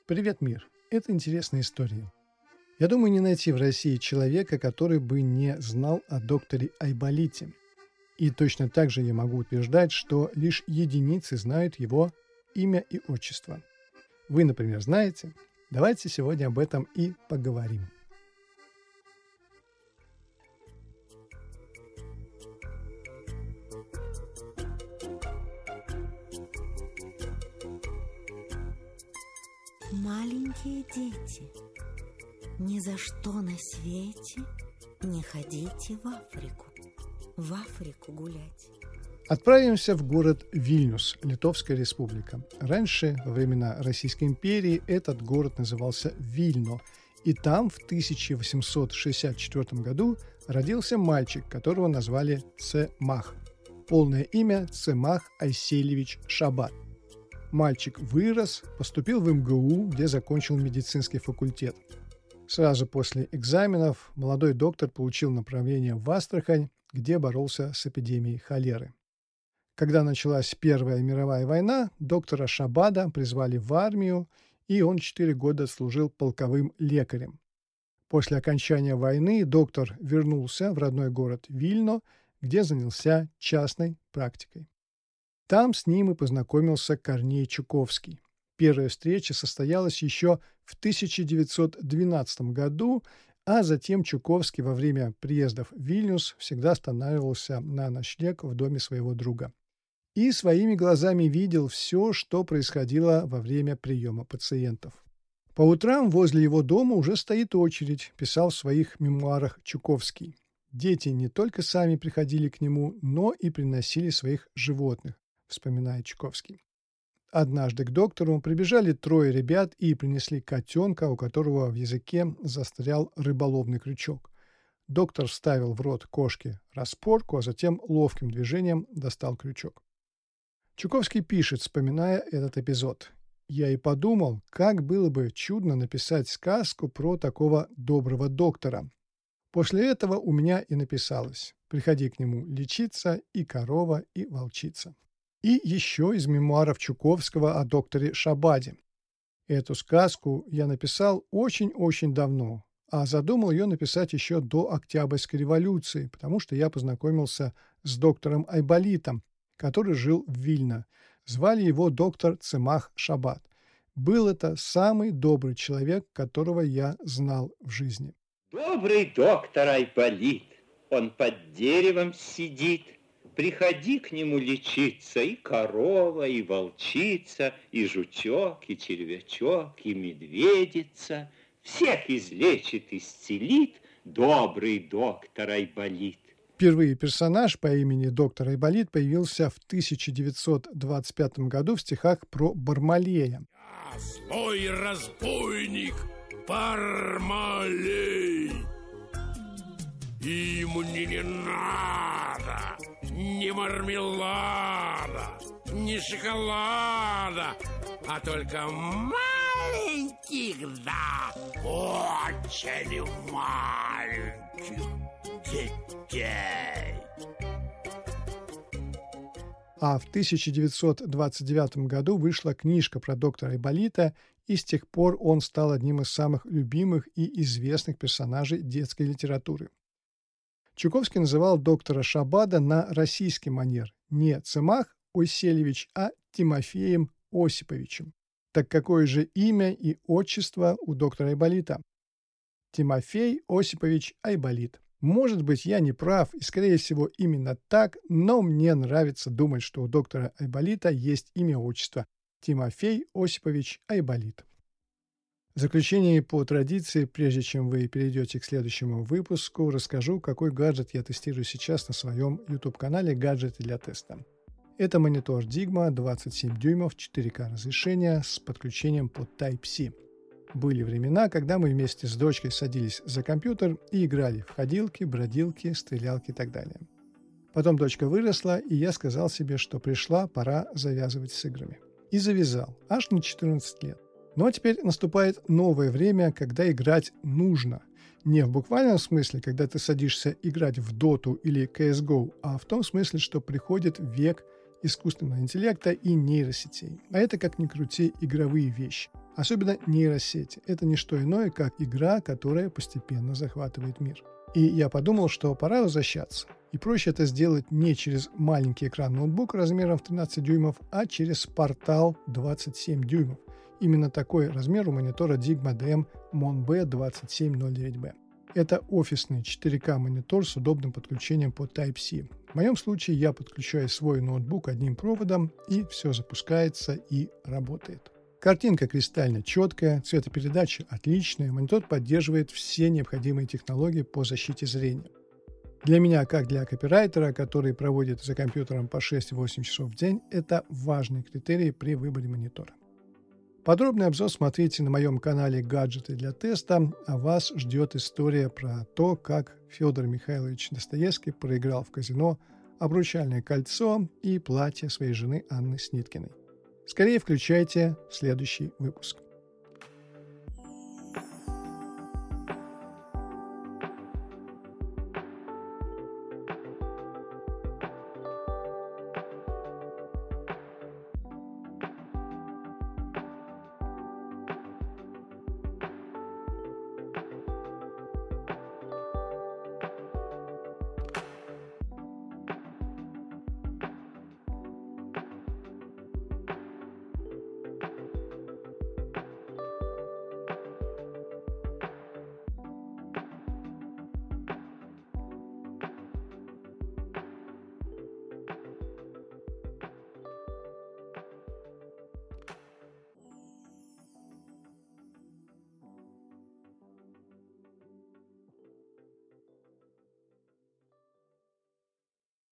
Привет, мир! Это интересная история. Я думаю, не найти в России человека, который бы не знал о докторе Айболите. И точно так же я могу утверждать, что лишь единицы знают его имя и отчество. Вы, например, знаете? Давайте сегодня об этом и поговорим. Маленькие дети, ни за что на свете не ходите в Африку гулять. Отправимся в город Вильнюс, Литовская республика. Раньше, во времена Российской империи, этот город назывался Вильно, и там в 1864 году родился мальчик, которого назвали Цемах. Полное имя Цемах Айселевич Шабат. Мальчик вырос, поступил в МГУ, где закончил медицинский факультет. Сразу после экзаменов молодой доктор получил направление в Астрахань, где боролся с эпидемией холеры. Когда началась Первая мировая война, доктора Шабада призвали в армию, и он 4 года служил полковым лекарем. После окончания войны доктор вернулся в родной город Вильно, где занялся частной практикой. Там с ним и познакомился Корней Чуковский. Первая встреча состоялась еще в 1912 году, а затем Чуковский во время приездов в Вильнюс всегда останавливался на ночлег в доме своего друга. И своими глазами видел все, что происходило во время приема пациентов. По утрам возле его дома уже стоит очередь, писал в своих мемуарах Чуковский. Дети не только сами приходили к нему, но и приносили своих животных, вспоминает Чуковский. Однажды к доктору прибежали 3 ребят и принесли котенка, у которого в языке застрял рыболовный крючок. Доктор вставил в рот кошке распорку, а затем ловким движением достал крючок. Чуковский пишет, вспоминая этот эпизод: «Я и подумал, как было бы чудно написать сказку про такого доброго доктора. После этого у меня и написалось: приходи к нему лечиться и корова, и волчица». И еще из мемуаров Чуковского о докторе Шабаде. Эту сказку я написал очень-очень давно, а задумал ее написать еще до Октябрьской революции, потому что я познакомился с доктором Айболитом, который жил в Вильно. Звали его доктор Цемах Шабат. Был это самый добрый человек, которого я знал в жизни. Добрый доктор Айболит, он под деревом сидит. Приходи к нему лечиться, и корова, и волчица, и жучок, и червячок, и медведица. Всех излечит, исцелит добрый доктор Айболит. Впервые персонаж по имени доктор Айболит появился в 1925 году в стихах про Бармалея. «Я злой разбойник Бармалей, и мне не надо ни мармелада, ни шоколада, а только маленьких, да, очень маленьких детей». А в 1929 году вышла книжка про доктора Айболита, и с тех пор он стал одним из самых любимых и известных персонажей детской литературы. Чуковский называл доктора Шабада на российский манер не Цемах Айселевич, а Тимофеем Осиповичем. Так какое же имя и отчество у доктора Айболита? Тимофей Осипович Айболит. Может быть, я не прав, и, скорее всего, именно так, но мне нравится думать, что у доктора Айболита есть имя-отчество – Тимофей Осипович Айболит. В заключение, по традиции, прежде чем вы перейдете к следующему выпуску, расскажу, какой гаджет я тестирую сейчас на своем YouTube-канале «Гаджеты для теста». Это монитор Digma 27 дюймов 4К разрешения с подключением под Type-C. Были времена, когда мы вместе с дочкой садились за компьютер и играли в ходилки, бродилки, стрелялки и так далее. Потом дочка выросла, и я сказал себе, что пришла пора завязывать с играми. И завязал, аж на 14 лет. Но теперь наступает новое время, когда играть нужно. Не в буквальном смысле, когда ты садишься играть в Dota или CSGO, а в том смысле, что приходит век искусственного интеллекта и нейросетей. А это, как ни крути, игровые вещи. Особенно нейросети. Это не что иное, как игра, которая постепенно захватывает мир. И я подумал, что пора возвращаться. И проще это сделать не через маленький экран ноутбука размером в 13 дюймов, а через портал 27 дюймов. Именно такой размер у монитора Digma DM MonB2709B. Это офисный 4К монитор с удобным подключением по Type-C. В моем случае я подключаю свой ноутбук одним проводом, и все запускается и работает. Картинка кристально четкая, цветопередача отличная, монитор поддерживает все необходимые технологии по защите зрения. Для меня, как для копирайтера, который проводит за компьютером по 6-8 часов в день, это важный критерий при выборе монитора. Подробный обзор смотрите на моем канале «Гаджеты для теста», а вас ждет история про то, как Федор Михайлович Достоевский проиграл в казино обручальное кольцо и платье своей жены Анны Сниткиной. Скорее включайте следующий выпуск.